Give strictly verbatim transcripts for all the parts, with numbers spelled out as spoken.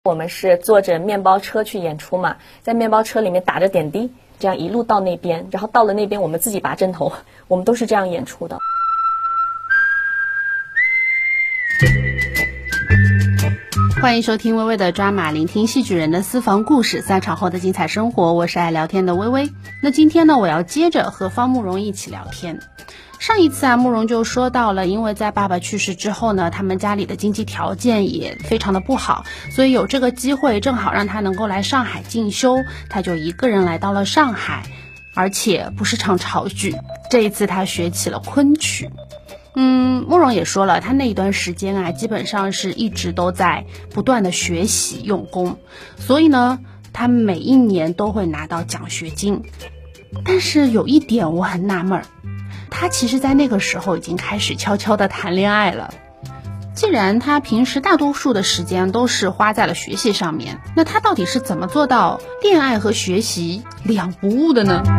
我们是坐着面包车去演出嘛，在面包车里面打着点滴，这样一路到那边，然后到了那边我们自己拔针头，我们都是这样演出的。 欢迎收听微微的抓马，聆听戏剧人的私房故事，散场后的精彩生活，我是爱聊天的微微。那今天呢，我要接着和方慕容一起聊天。上一次啊，慕容就说到了，因为在爸爸去世之后呢，他们家里的经济条件也非常的不好，所以有这个机会正好让他能够来上海进修，他就一个人来到了上海，而且不是唱潮剧，这一次他学起了昆曲。嗯，慕容也说了，他那一段时间啊，基本上是一直都在不断的学习用功，所以呢，他每一年都会拿到奖学金。但是有一点我很纳闷，他其实在那个时候已经开始悄悄的谈恋爱了。既然他平时大多数的时间都是花在了学习上面，那他到底是怎么做到恋爱和学习两不误的呢？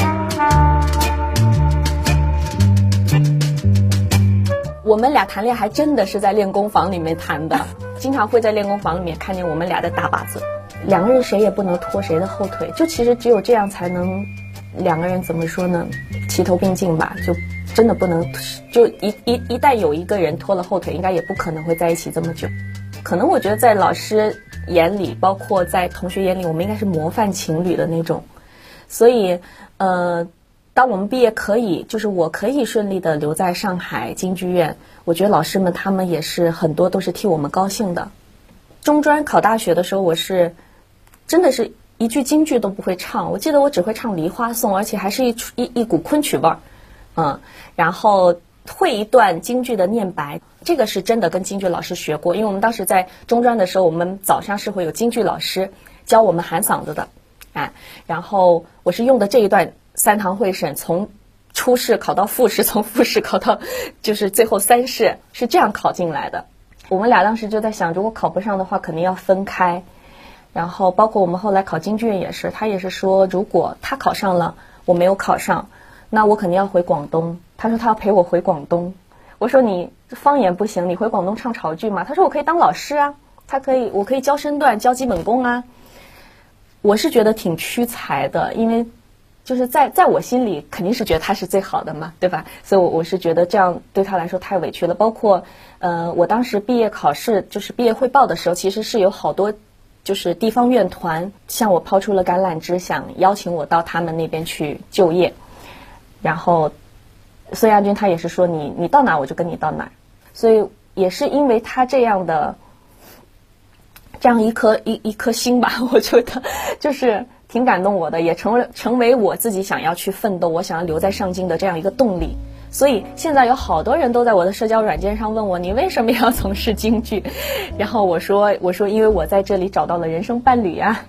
我们俩谈恋爱还真的是在练功房里面谈的，经常会在练功房里面看见我们俩的大把子，两个人谁也不能拖谁的后腿，就其实只有这样才能两个人怎么说呢，齐头并进吧，就真的不能，就一一一旦有一个人拖了后腿，应该也不可能会在一起这么久。可能我觉得在老师眼里，包括在同学眼里，我们应该是模范情侣的那种。所以呃当我们毕业可以，就是我可以顺利的留在上海京剧院，我觉得老师们他们也是很多都是替我们高兴的。中专考大学的时候，我是真的是一句京剧都不会唱，我记得我只会唱《梨花颂》，而且还是一一一股昆曲味儿，嗯，然后会一段京剧的念白，这个是真的跟京剧老师学过，因为我们当时在中专的时候，我们早上是会有京剧老师教我们喊嗓子的，哎，然后我是用的这一段。三堂会审，从初试考到复试，从复试考到就是最后三试，是这样考进来的。我们俩当时就在想，如果考不上的话肯定要分开。然后包括我们后来考京剧院也是，他也是说如果他考上了我没有考上，那我肯定要回广东。他说他要陪我回广东，我说你方言不行，你回广东唱潮剧吗？他说我可以当老师啊，他可以我可以教身段教基本功啊。我是觉得挺屈才的，因为就是在在我心里肯定是觉得他是最好的嘛，对吧？所以我我是觉得这样对他来说太委屈了。包括呃我当时毕业考试就是毕业汇报的时候，其实是有好多就是地方院团向我抛出了橄榄枝，想邀请我到他们那边去就业。然后孙亚军他也是说你你到哪我就跟你到哪，所以也是因为他这样的这样一颗一一颗心吧，我觉得就是挺感动我的，也成为成为我自己想要去奋斗，我想要留在上京的这样一个动力。所以现在有好多人都在我的社交软件上问我，你为什么要从事京剧？然后我说我说因为我在这里找到了人生伴侣啊。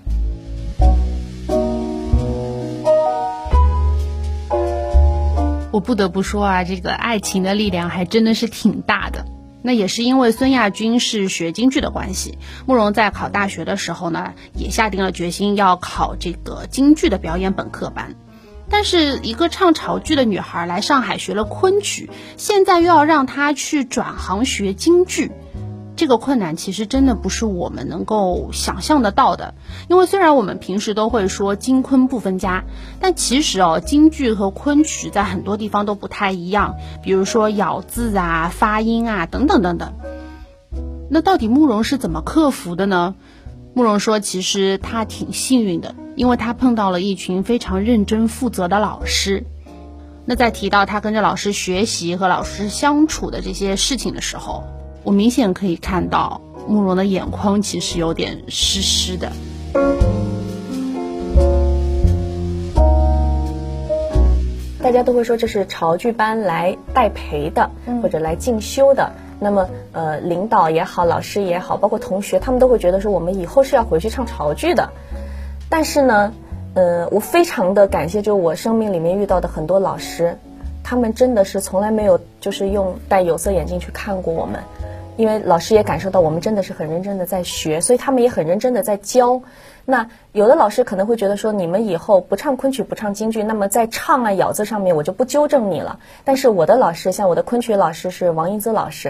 我不得不说啊，这个爱情的力量还真的是挺大的。那也是因为孙亚军是学京剧的关系，慕容在考大学的时候呢，也下定了决心要考这个京剧的表演本科班。但是一个唱潮剧的女孩来上海学了昆曲，现在又要让她去转行学京剧，这个困难其实真的不是我们能够想象得到的。因为虽然我们平时都会说京昆不分家，但其实哦，京剧和昆曲在很多地方都不太一样，比如说咬字啊、发音啊等等等等。那到底慕容是怎么克服的呢？慕容说其实他挺幸运的，因为他碰到了一群非常认真负责的老师。那在提到他跟着老师学习和老师相处的这些事情的时候，我明显可以看到慕容的眼眶其实有点湿湿的。 大家都会说这是潮剧班来代培的，或者来进修的。那么呃，领导也好，老师也好，包括同学，他们都会觉得说我们以后是要回去唱潮剧的。但是呢呃，我非常的感谢，就是我生命里面遇到的很多老师，他们真的是从来没有就是用戴有色眼镜去看过我们，因为老师也感受到我们真的是很认真的在学，所以他们也很认真的在教。那有的老师可能会觉得说，你们以后不唱昆曲不唱京剧，那么在唱啊咬字上面我就不纠正你了。但是我的老师，像我的昆曲老师是王英姿老师，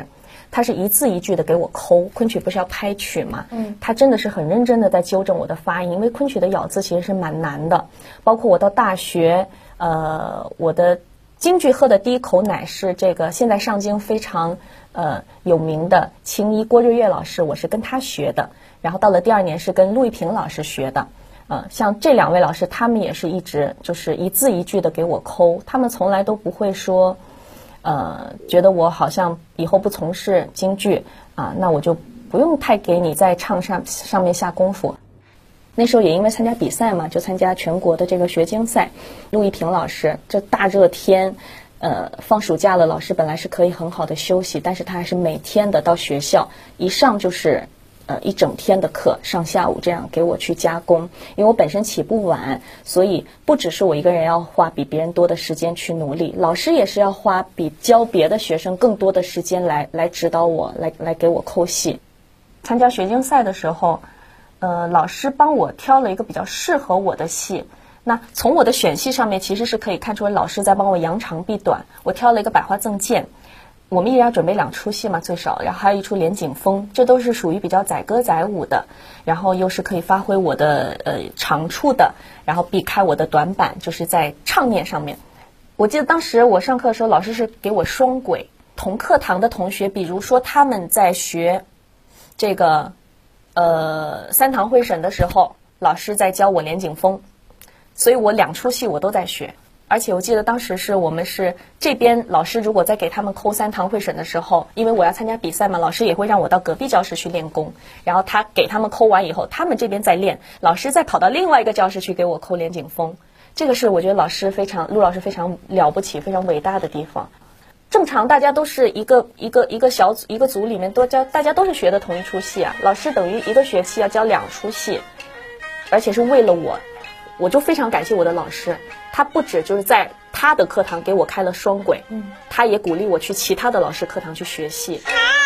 他是一字一句的给我抠。昆曲不是要拍曲嘛，嗯，他真的是很认真的在纠正我的发音，因为昆曲的咬字其实是蛮难的。包括我到大学，呃，我的京剧喝的第一口奶是这个现在上京非常呃有名的青衣郭日月老师，我是跟他学的。然后到了第二年是跟陆一平老师学的。呃，像这两位老师，他们也是一直就是一字一句的给我抠，他们从来都不会说，呃，觉得我好像以后不从事京剧啊，那我就不用太给你在唱上上面下功夫。那时候也因为参加比赛嘛，就参加全国的这个学京赛。陆一平老师，这大热天，呃，放暑假了，老师本来是可以很好的休息，但是他还是每天的到学校，一上就是。呃，一整天的课，上下午这样给我去加工，因为我本身起步晚，所以不只是我一个人要花比别人多的时间去努力，老师也是要花比教别的学生更多的时间来来指导我，来来给我抠戏。参加学京赛的时候，呃，老师帮我挑了一个比较适合我的戏。那从我的选戏上面，其实是可以看出老师在帮我扬长避短。我挑了一个《百花赠剑》。我们一人要准备两出戏嘛，最少，然后还有一出连景风，这都是属于比较载歌载舞的，然后又是可以发挥我的呃长处的，然后避开我的短板，就是在唱念上面。我记得当时我上课的时候，老师是给我双轨，同课堂的同学，比如说他们在学这个呃三堂会审的时候，老师在教我连景风，所以我两出戏我都在学。而且我记得当时是我们是这边老师如果在给他们抠三堂会审的时候，因为我要参加比赛嘛，老师也会让我到隔壁教室去练功，然后他给他们抠完以后，他们这边再练，老师再跑到另外一个教室去给我抠连景风。这个是我觉得老师非常陆老师非常了不起非常伟大的地方。正常大家都是一个一个一个小组一个组里面都教，大家都是学的同一出戏啊，老师等于一个学期要教两出戏，而且是为了我，我就非常感谢我的老师，他不止就是在他的课堂给我开了双轨，嗯，他也鼓励我去其他的老师课堂去学戏。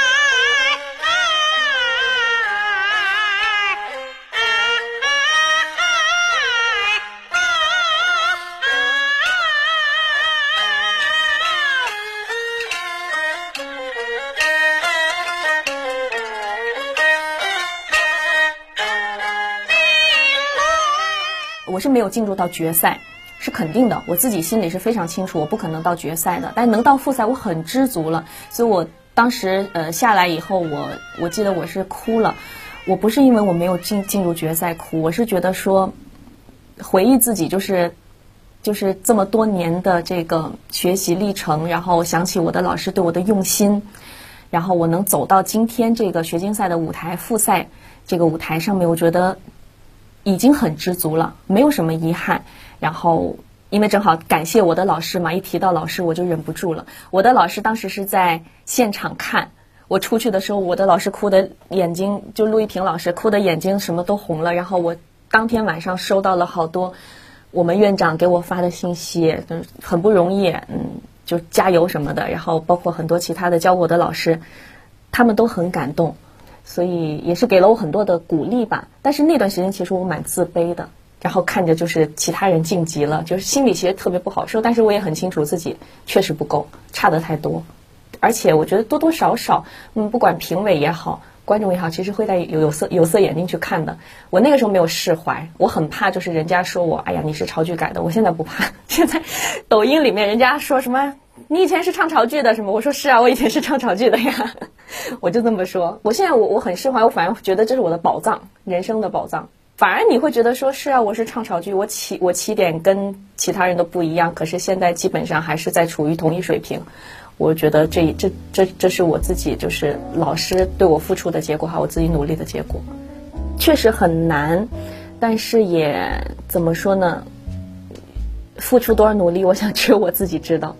我是没有进入到决赛，是肯定的，我自己心里是非常清楚，我不可能到决赛的，但能到复赛我很知足了。所以我当时呃下来以后，我我记得我是哭了，我不是因为我没有进进入决赛哭，我是觉得说回忆自己就是就是这么多年的这个学习历程，然后想起我的老师对我的用心，然后我能走到今天这个学京赛的舞台复赛这个舞台上面，我觉得已经很知足了，没有什么遗憾。然后因为正好感谢我的老师嘛，一提到老师我就忍不住了。我的老师当时是在现场看我出去的时候，我的老师哭的眼睛，就陆一平老师哭的眼睛什么都红了。然后我当天晚上收到了好多我们院长给我发的信息，很不容易，嗯，就加油什么的。然后包括很多其他的教我的老师，他们都很感动。所以也是给了我很多的鼓励吧，但是那段时间其实我蛮自卑的，然后看着就是其他人晋级了，就是心里其实特别不好受，但是我也很清楚自己确实不够，差得太多。而且我觉得多多少少，嗯，不管评委也好，观众也好，其实会带有有色有色眼镜去看的。我那个时候没有释怀，我很怕就是人家说我，哎呀你是潮剧改的，我现在不怕。现在抖音里面人家说什么你以前是唱潮剧的什么，我说是啊，我以前是唱潮剧的呀。我就这么说，我现在我我很释怀，我反而觉得这是我的宝藏，人生的宝藏。反而你会觉得说是啊，我是唱潮剧，我起我起点跟其他人都不一样，可是现在基本上还是在处于同一水平。我觉得这这这这是我自己就是老师对我付出的结果，还有我自己努力的结果。确实很难，但是也怎么说呢，付出多少努力，我想只有我自己知道。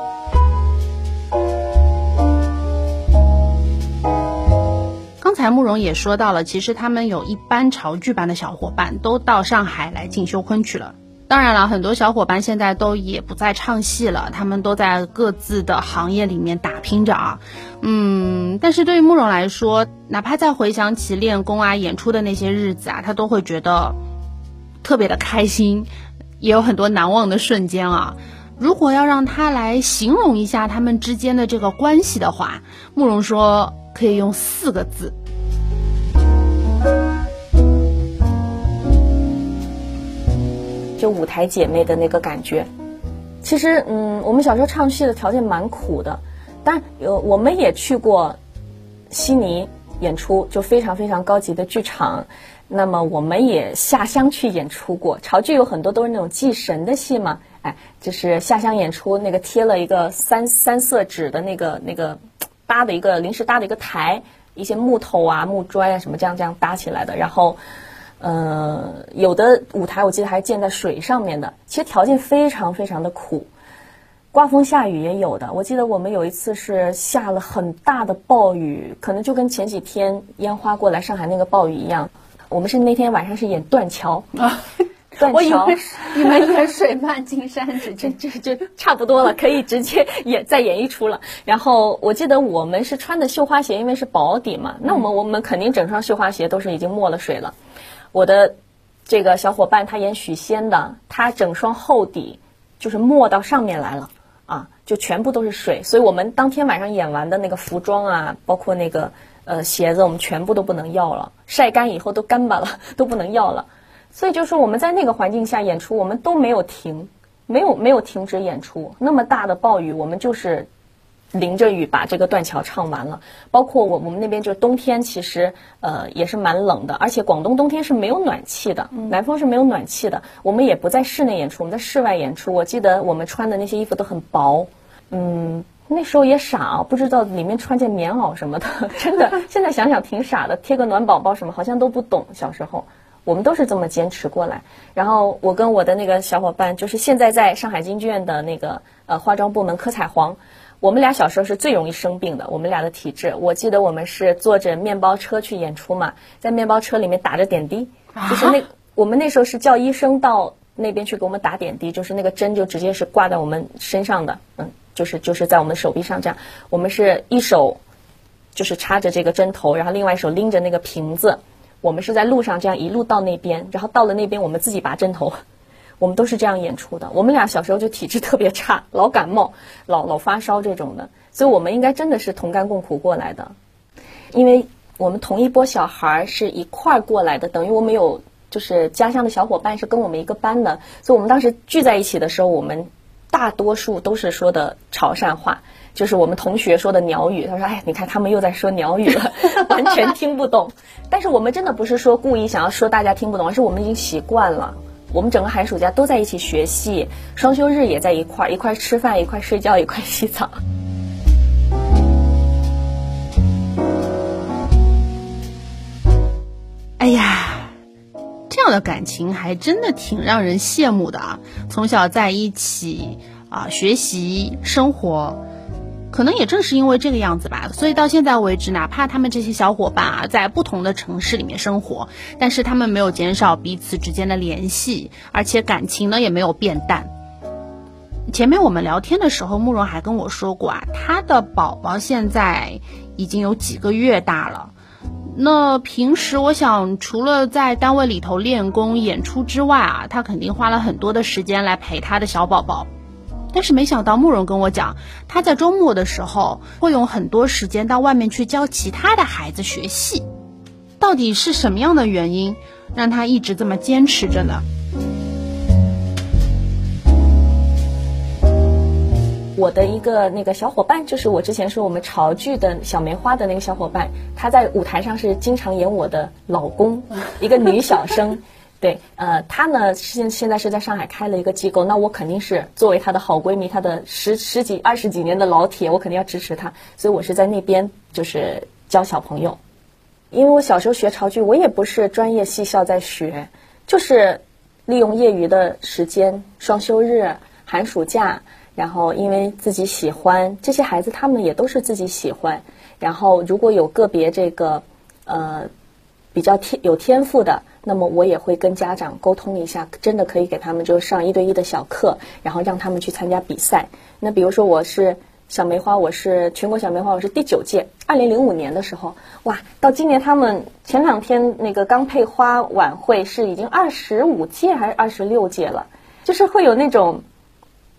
刚才慕容也说到了，其实他们有一班潮剧班的小伙伴都到上海来进修昆曲了。当然了，很多小伙伴现在都也不再唱戏了，他们都在各自的行业里面打拼着啊。嗯，但是对于慕容来说，哪怕再回想起练功啊、演出的那些日子啊，他都会觉得特别的开心，也有很多难忘的瞬间啊。 如果要让他来形容一下他们之间的这个关系的话，慕容说可以用四个字。 就舞台姐妹的那个感觉。其实嗯，我们小时候唱戏的条件蛮苦的，但有我们也去过悉尼演出，就非常非常高级的剧场。那么我们也下乡去演出过，潮剧有很多都是那种祭神的戏嘛，哎，就是下乡演出，那个贴了一个三三色纸的那个那个搭的一个临时搭的一个台，一些木头啊木砖啊什么这样这样搭起来的，然后呃有的舞台我记得还建在水上面的，其实条件非常非常的苦，刮风下雨也有的。我记得我们有一次是下了很大的暴雨，可能就跟前几天烟花过来上海那个暴雨一样。我们是那天晚上是演断桥啊， 断桥，我以为你们演水漫金山， 这这这就差不多了，可以直接演再演一出了。然后我记得我们是穿的绣花鞋，因为是薄底嘛，那我们我们肯定整双绣花鞋都是已经没了水了。我的这个小伙伴他演许仙的，他整双厚底就是没到上面来了啊，就全部都是水，所以我们当天晚上演完的那个服装啊，包括那个呃鞋子，我们全部都不能要了，晒干以后都干巴了，都不能要了。所以就是我们在那个环境下演出，我们都没有停，没有没有停止演出。那么大的暴雨，我们就是淋着雨把这个断桥唱完了。包括我我们那边就是冬天，其实呃也是蛮冷的，而且广东冬天是没有暖气的，南方是没有暖气的。我们也不在室内演出，我们在室外演出。我记得我们穿的那些衣服都很薄，嗯。那时候也傻，不知道里面穿件棉袄什么的，真的，现在想想挺傻的，贴个暖宝宝什么，好像都不懂。小时候，我们都是这么坚持过来。然后我跟我的那个小伙伴，就是现在在上海京剧院的那个呃化妆部门柯彩煌，我们俩小时候是最容易生病的，我们俩的体质。我记得我们是坐着面包车去演出嘛，在面包车里面打着点滴，就是那我们那时候是叫医生到那边去给我们打点滴，就是那个针就直接是挂在我们身上的，嗯。就是就是在我们手臂上这样，我们是一手就是插着这个针头，然后另外一手拎着那个瓶子，我们是在路上这样一路到那边，然后到了那边我们自己拔针头，我们都是这样演出的。我们俩小时候就体质特别差，老感冒老老发烧这种的，所以我们应该真的是同甘共苦过来的。因为我们同一波小孩是一块儿过来的，等于我们有就是家乡的小伙伴是跟我们一个班的，所以我们当时聚在一起的时候，我们大多数都是说的潮汕话，就是我们同学说的鸟语。他说：“哎，你看他们又在说鸟语了，完全听不懂。”但是我们真的不是说故意想要说大家听不懂，而是我们已经习惯了。我们整个寒暑假都在一起学戏，双休日也在一块儿，一块吃饭，一块睡觉，一块洗澡。 哎呀，这样的感情还真的挺让人羡慕的啊！从小在一起啊，学习生活，可能也正是因为这个样子吧，所以到现在为止，哪怕他们这些小伙伴啊在不同的城市里面生活，但是他们没有减少彼此之间的联系，而且感情呢也没有变淡。前面我们聊天的时候，慕容还跟我说过啊，他的宝宝现在已经有几个月大了。那平时我想除了在单位里头练功演出之外啊，他肯定花了很多的时间来陪他的小宝宝。但是没想到慕容跟我讲，他在周末的时候会用很多时间到外面去教其他的孩子学戏。到底是什么样的原因让他一直这么坚持着呢？ 我的一个那个小伙伴，就是我之前说我们潮剧的小梅花的那个小伙伴，他在舞台上是经常演我的老公，一个女小生。对，呃，他呢现现在是在上海开了一个机构，那我肯定是作为他的好闺蜜，他的十十几二十几年的老铁，我肯定要支持他，所以我是在那边就是教小朋友。因为我小时候学潮剧，我也不是专业戏校在学，就是利用业余的时间，双休日、寒暑假。然后因为自己喜欢，这些孩子他们也都是自己喜欢，然后如果有个别这个呃比较天有天赋的，那么我也会跟家长沟通一下，真的可以给他们就上一对一的小课，然后让他们去参加比赛。那比如说我是小梅花，我是全国小梅花，我是第九届，二零零五年的时候，哇，到今年他们前两天那个刚配花晚会是已经二十五届还是二十六届了，就是会有那种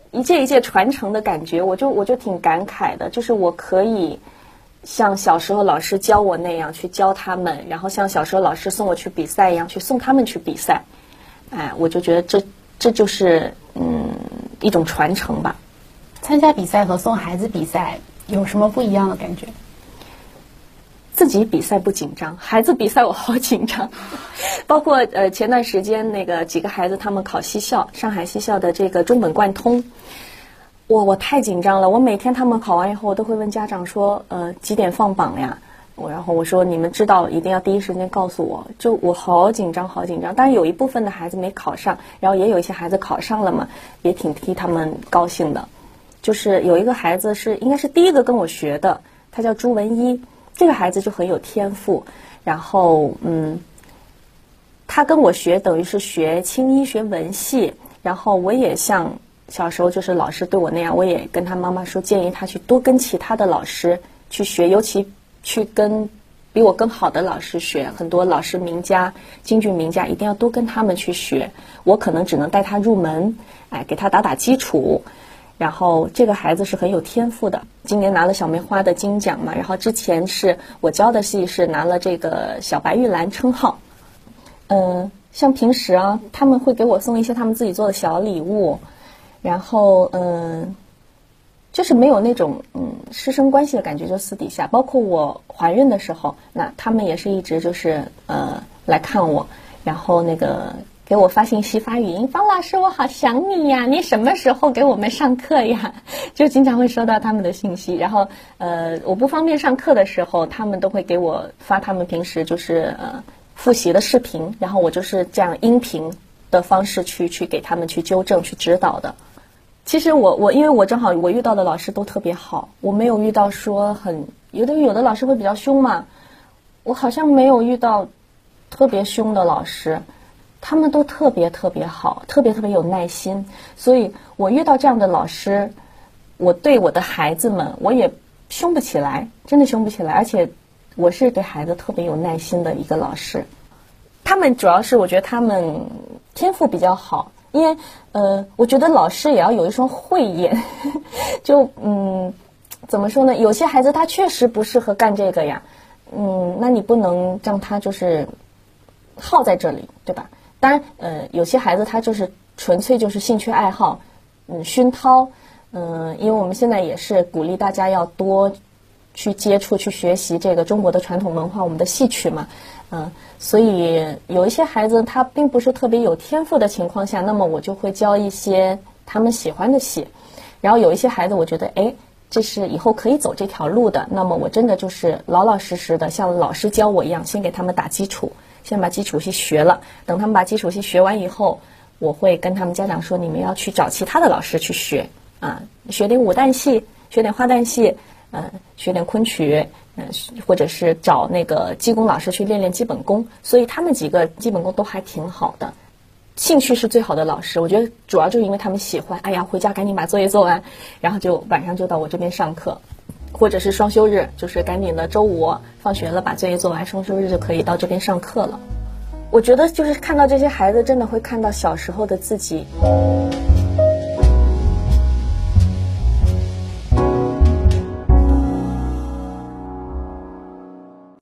一届一届传承的感觉，我就我就挺感慨的，就是我可以像小时候老师教我那样去教他们，然后像小时候老师送我去比赛一样去送他们去比赛，哎，我就觉得这这就是嗯一种传承吧。 参加比赛和送孩子比赛有什么不一样的感觉？ 自己比赛不紧张，孩子比赛我好紧张。包括呃前段时间那个几个孩子他们考西校，上海西校的这个中本贯通，我我太紧张了。我每天他们考完以后，我都会问家长说，呃几点放榜呀？我然后我说你们知道一定要第一时间告诉我。就我好紧张好紧张。当然有一部分的孩子没考上，然后也有一些孩子考上了嘛，也挺替他们高兴的。就是有一个孩子是应该是第一个跟我学的，他叫朱文一。这个孩子就很有天赋，然后嗯，他跟我学等于是学青衣学文系，然后我也像小时候就是老师对我那样，我也跟他妈妈说，建议他去多跟其他的老师去学，尤其去跟比我更好的老师学，很多老师名家京剧名家一定要多跟他们去学，我可能只能带他入门，哎，给他打打基础。然后这个孩子是很有天赋的，今年拿了小梅花的金奖嘛，然后之前是我教的戏是拿了这个小白玉兰称号。嗯，像平时啊，他们会给我送一些他们自己做的小礼物，然后嗯，就是没有那种嗯师生关系的感觉，就私底下，包括我怀孕的时候，那他们也是一直就是呃来看我，然后那个给我发信息发语音，方老师我好想你呀，你什么时候给我们上课呀？就经常会收到他们的信息，然后呃我不方便上课的时候，他们都会给我发他们平时就是呃复习的视频，然后我就是这样音频的方式去去给他们去纠正去指导的。其实我我因为我正好我遇到的老师都特别好，我没有遇到说很有的有的老师会比较凶嘛，我好像没有遇到特别凶的老师。他们都特别特别好，特别特别有耐心，所以我遇到这样的老师，我对我的孩子们我也凶不起来，真的凶不起来，而且我是对孩子特别有耐心的一个老师。他们主要是我觉得他们天赋比较好，因为呃，我觉得老师也要有一双慧眼，就嗯，怎么说呢？有些孩子他确实不适合干这个呀，嗯，那你不能让他就是耗在这里，对吧？当然，呃，有些孩子他就是纯粹就是兴趣爱好，嗯，熏陶，嗯、呃，因为我们现在也是鼓励大家要多去接触、去学习这个中国的传统文化，我们的戏曲嘛，嗯、呃，所以有一些孩子他并不是特别有天赋的情况下，那么我就会教一些他们喜欢的戏，然后有一些孩子我觉得，哎，这是以后可以走这条路的，那么我真的就是老老实实的像老师教我一样，先给他们打基础。先把基础戏学了，等他们把基础戏学完以后，我会跟他们家长说，你们要去找其他的老师去学啊，学点武旦戏，学点花旦戏，嗯、呃，学点昆曲，嗯、呃，或者是找那个技工老师去练练基本功。所以他们几个基本功都还挺好的，兴趣是最好的老师。我觉得主要就是因为他们喜欢，哎呀，回家赶紧把作业做完，然后就晚上就到我这边上课。或者是双休日，就是赶紧的周五放学了把作业做完，双休日就可以到这边上课了。我觉得就是看到这些孩子，真的会看到小时候的自己。